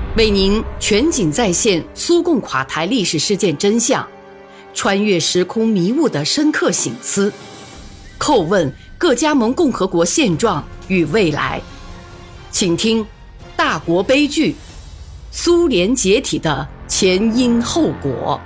为您全景再现苏共垮台历史事件真相，穿越时空迷雾的深刻省思，叩问各加盟共和国现状与未来。请听大国悲剧，苏联解体的前因后果。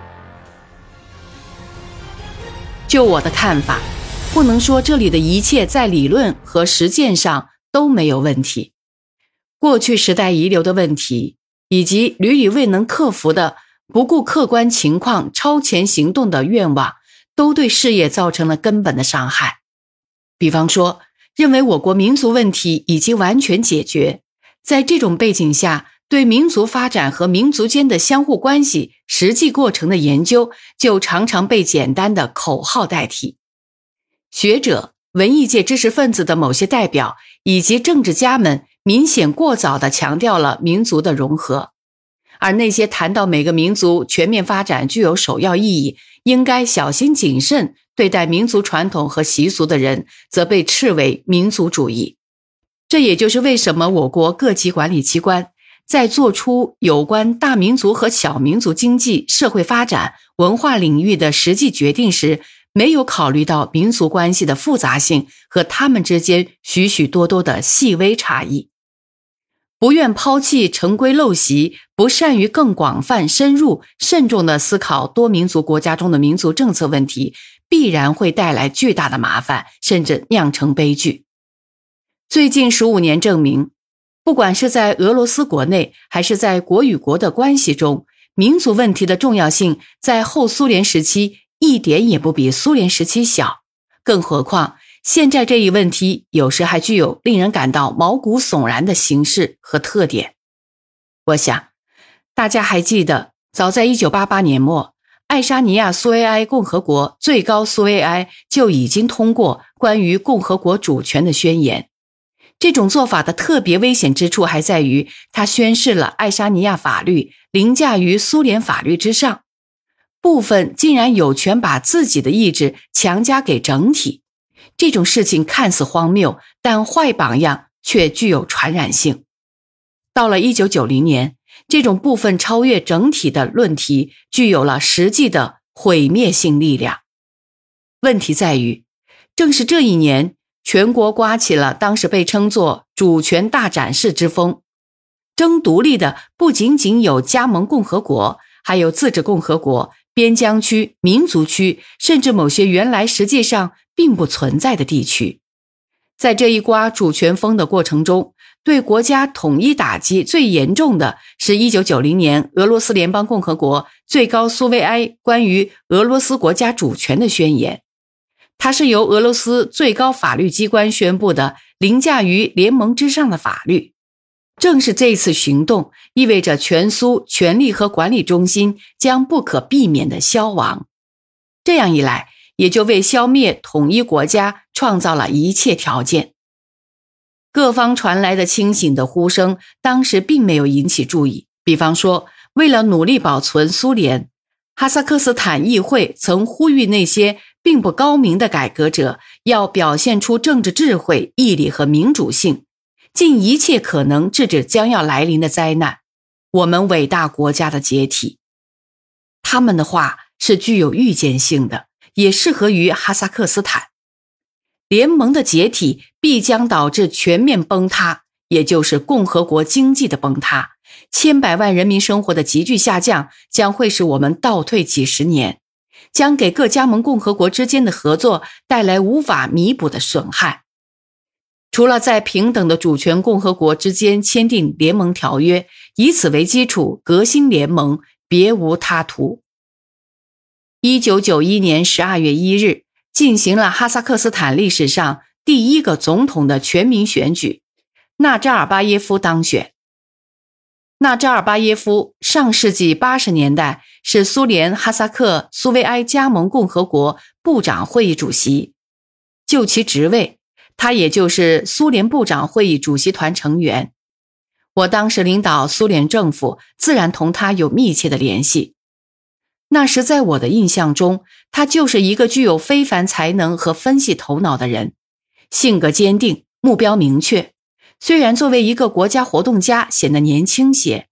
就我的看法，不能说这里的一切在理论和实践上都没有问题。过去时代遗留的问题，以及屡屡未能克服的不顾客观情况超前行动的愿望，都对事业造成了根本的伤害。比方说，认为我国民族问题已经完全解决，在这种背景下，对民族发展和民族间的相互关系实际过程的研究就常常被简单的口号代替。学者、文艺界知识分子的某些代表以及政治家们明显过早地强调了民族的融合，而那些谈到每个民族全面发展具有首要意义，应该小心谨慎对待民族传统和习俗的人，则被斥为民族主义。这也就是为什么我国各级管理机关在做出有关大民族和小民族经济、社会发展、文化领域的实际决定时，没有考虑到民族关系的复杂性和他们之间许许多多的细微差异。不愿抛弃陈规陋习，不善于更广泛、深入、慎重地思考多民族国家中的民族政策问题，必然会带来巨大的麻烦，甚至酿成悲剧。最近15年证明，不管是在俄罗斯国内，还是在国与国的关系中，民族问题的重要性在后苏联时期一点也不比苏联时期小。更何况现在这一问题有时还具有令人感到毛骨悚然的形式和特点。我想大家还记得，早在1988年末，爱沙尼亚苏维埃共和国最高苏维埃就已经通过关于共和国主权的宣言。这种做法的特别危险之处还在于，它宣示了爱沙尼亚法律凌驾于苏联法律之上，部分竟然有权把自己的意志强加给整体。这种事情看似荒谬，但坏榜样却具有传染性。到了1990年，这种部分超越整体的论题具有了实际的毁灭性力量。问题在于，正是这一年，全国刮起了当时被称作主权大展示之风。争独立的不仅仅有加盟共和国，还有自治共和国、边疆区、民族区，甚至某些原来实际上并不存在的地区。在这一刮主权风的过程中，对国家统一打击最严重的是1990年俄罗斯联邦共和国最高苏维埃关于俄罗斯国家主权的宣言。它是由俄罗斯最高法律机关宣布的凌驾于联盟之上的法律。正是这次行动意味着全苏权力和管理中心将不可避免地消亡。这样一来，也就为消灭统一国家创造了一切条件。各方传来的清醒的呼声当时并没有引起注意，比方说，为了努力保存苏联，哈萨克斯坦议会曾呼吁那些并不高明的改革者要表现出政治智慧、毅力和民主性，尽一切可能制止将要来临的灾难，我们伟大国家的解体。他们的话是具有预见性的，也适合于哈萨克斯坦。联盟的解体必将导致全面崩塌，也就是共和国经济的崩塌，千百万人民生活的急剧下降将会使我们倒退几十年，将给各加盟共和国之间的合作带来无法弥补的损害。除了在平等的主权共和国之间签订联盟条约，以此为基础革新联盟，别无他途。1991年12月1日，进行了哈萨克斯坦历史上第一个总统的全民选举，纳扎尔巴耶夫当选。纳扎尔巴耶夫上世纪80年代是苏联哈萨克苏维埃加盟共和国部长会议主席，就其职位，他也就是苏联部长会议主席团成员。我当时领导苏联政府，自然同他有密切的联系。那时在我的印象中，他就是一个具有非凡才能和分析头脑的人，性格坚定，目标明确。虽然作为一个国家活动家显得年轻些，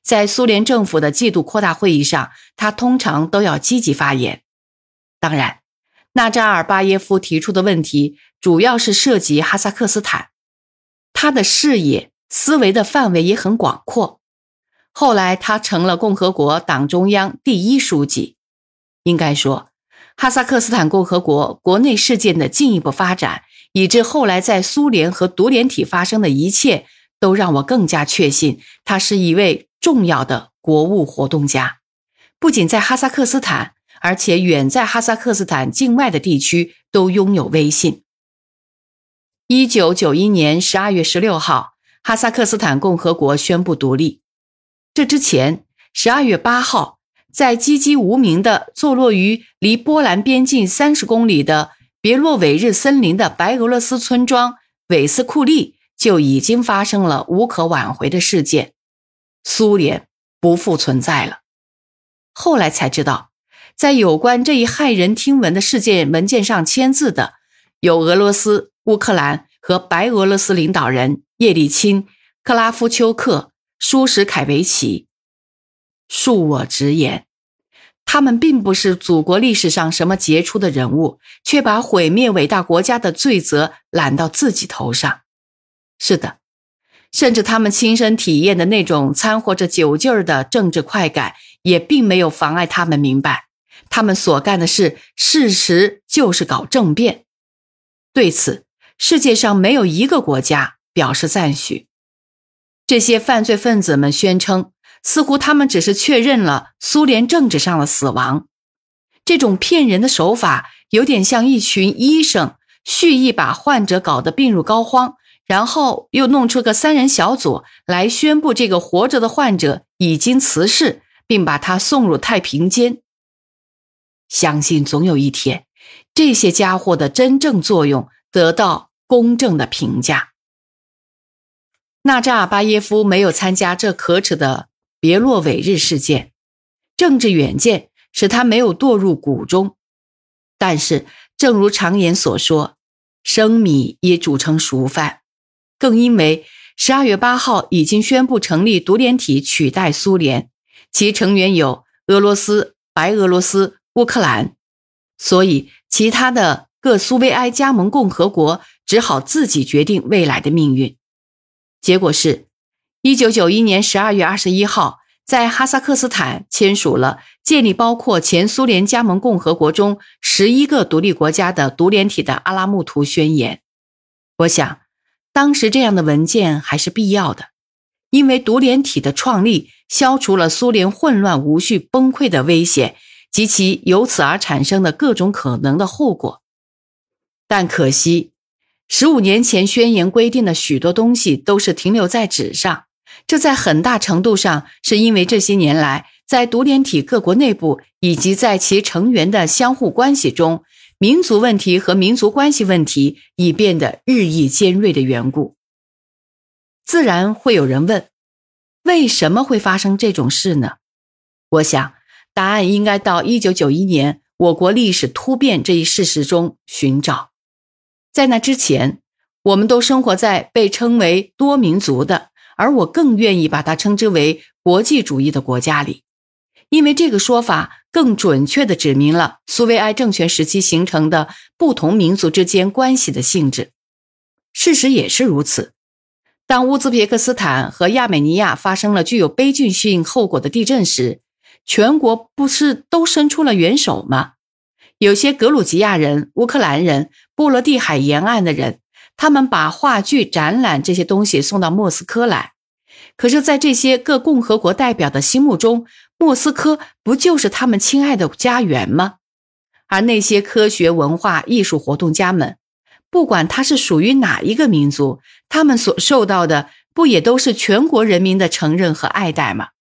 在苏联政府的季度扩大会议上，他通常都要积极发言。当然，纳扎尔巴耶夫提出的问题主要是涉及哈萨克斯坦，他的视野、思维的范围也很广阔。后来他成了共和国党中央第一书记。应该说，哈萨克斯坦共和国国内事件的进一步发展，以致后来在苏联和独联体发生的一切，都让我更加确信他是一位重要的国务活动家，不仅在哈萨克斯坦，而且远在哈萨克斯坦境外的地区都拥有威信。1991年12月16号，哈萨克斯坦共和国宣布独立。这之前，12月8号，在籍籍无名的坐落于离波兰边境30公里的别洛韦日森林的白俄罗斯村庄韦斯库利就已经发生了无可挽回的事件，苏联不复存在了。后来才知道，在有关这一骇人听闻的事件文件上签字的有俄罗斯、乌克兰和白俄罗斯领导人叶利钦、克拉夫丘克、舒什凯维奇。恕我直言，他们并不是祖国历史上什么杰出的人物，却把毁灭伟大国家的罪责揽到自己头上。是的，甚至他们亲身体验的那种掺和着酒劲儿的政治快感，也并没有妨碍他们明白，他们所干的事实就是搞政变。对此，世界上没有一个国家表示赞许。这些犯罪分子们宣称，似乎他们只是确认了苏联政治上的死亡。这种骗人的手法有点像一群医生蓄意把患者搞得病入膏肓，然后又弄出个3人小组来宣布这个活着的患者已经辞世，并把他送入太平间。相信总有一天，这些家伙的真正作用得到公正的评价。纳扎尔巴耶夫没有参加这可耻的别洛韦日事件，政治远见使他没有堕入谷中。但是正如常言所说，生米也煮成熟饭。更因为12月8号已经宣布成立独联体取代苏联，其成员有俄罗斯、白俄罗斯、乌克兰，所以其他的各苏维埃加盟共和国只好自己决定未来的命运。结果是1991年12月21号，在哈萨克斯坦签署了建立包括前苏联加盟共和国中11个独立国家的独联体的阿拉木图宣言。我想，当时这样的文件还是必要的，因为独联体的创立消除了苏联混乱无序崩溃的危险及其由此而产生的各种可能的后果。但可惜，15年前宣言规定的许多东西都是停留在纸上，这在很大程度上是因为这些年来在独联体各国内部以及在其成员的相互关系中，民族问题和民族关系问题已变得日益尖锐的缘故。自然会有人问，为什么会发生这种事呢？我想答案应该到1991年我国历史突变这一事实中寻找。在那之前，我们都生活在被称为多民族的，而我更愿意把它称之为国际主义的国家里，因为这个说法更准确地指明了苏维埃政权时期形成的不同民族之间关系的性质。事实也是如此，当乌兹别克斯坦和亚美尼亚发生了具有悲剧性后果的地震时，全国不是都伸出了援手吗？有些格鲁吉亚人、乌克兰人、波罗的海沿岸的人，他们把话剧、展览这些东西送到莫斯科来。可是在这些各共和国代表的心目中，莫斯科不就是他们亲爱的家园吗？而那些科学、文化、艺术活动家们，不管他是属于哪一个民族，他们所受到的不也都是全国人民的承认和爱戴吗？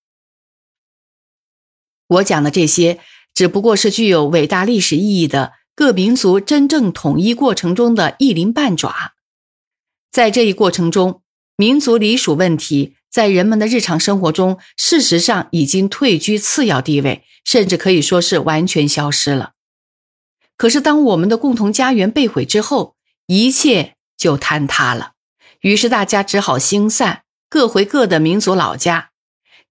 我讲的这些只不过是具有伟大历史意义的各民族真正统一过程中的一鳞半爪。在这一过程中，民族隶属问题在人们的日常生活中事实上已经退居次要地位，甚至可以说是完全消失了。可是当我们的共同家园被毁之后，一切就坍塌了，于是大家只好星散，各回各的民族老家。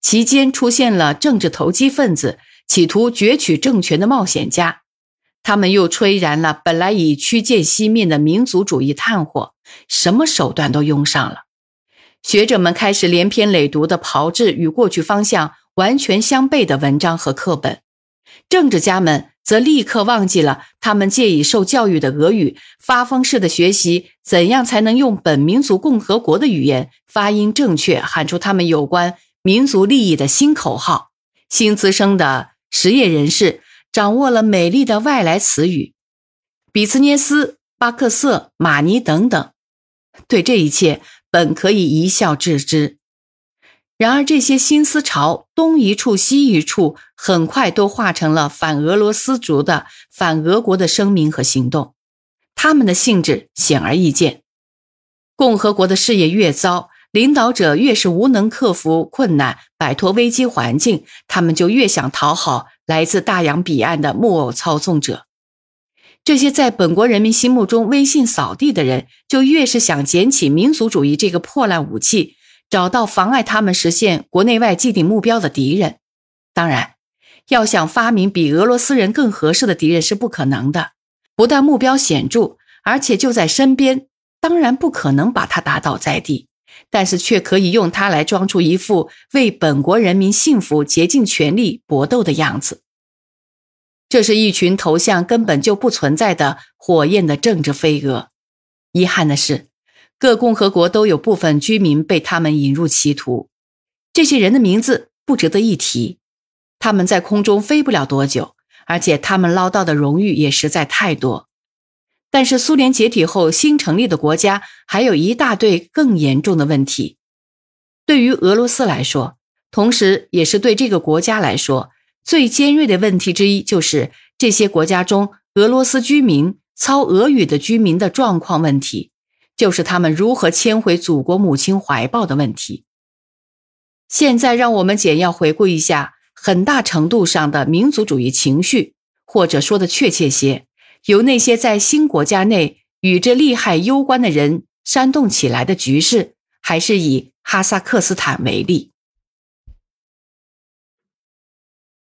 其间出现了政治投机分子，企图攫取政权的冒险家，他们又吹燃了本来已趋渐熄灭的民族主义炭火，什么手段都用上了。学者们开始连篇累牍地炮制与过去方向完全相悖的文章和课本，政治家们则立刻忘记了他们借以受教育的俄语，发疯似的学习怎样才能用本民族共和国的语言发音正确喊出他们有关民族利益的新口号。新滋生的实业人士掌握了美丽的外来词语，比兹涅斯、巴克瑟、马尼等等，对这一切本可以一笑置之。然而这些新思潮东一处西一处，很快都化成了反俄罗斯族的反俄国的声明和行动。他们的性质显而易见，共和国的事业越糟，领导者越是无能克服困难，摆脱危机环境，他们就越想讨好来自大洋彼岸的木偶操纵者。这些在本国人民心目中威信扫地的人，就越是想捡起民族主义这个破烂武器，找到妨碍他们实现国内外既定目标的敌人。当然，要想发明比俄罗斯人更合适的敌人是不可能的，不但目标显著，而且就在身边，当然不可能把他打倒在地，但是却可以用它来装出一副为本国人民幸福竭尽全力搏斗的样子。这是一群头像根本就不存在的火焰的政治飞蛾。遗憾的是，各共和国都有部分居民被他们引入歧途，这些人的名字不值得一提，他们在空中飞不了多久，而且他们捞到的荣誉也实在太多。但是苏联解体后新成立的国家还有一大堆更严重的问题。对于俄罗斯来说，同时也是对这个国家来说，最尖锐的问题之一就是这些国家中俄罗斯居民操俄语的居民的状况问题，就是他们如何迁回祖国母亲怀抱的问题。现在让我们简要回顾一下很大程度上的民族主义情绪，或者说的确切些，由那些在新国家内与这利害攸关的人煽动起来的局势，还是以哈萨克斯坦为例。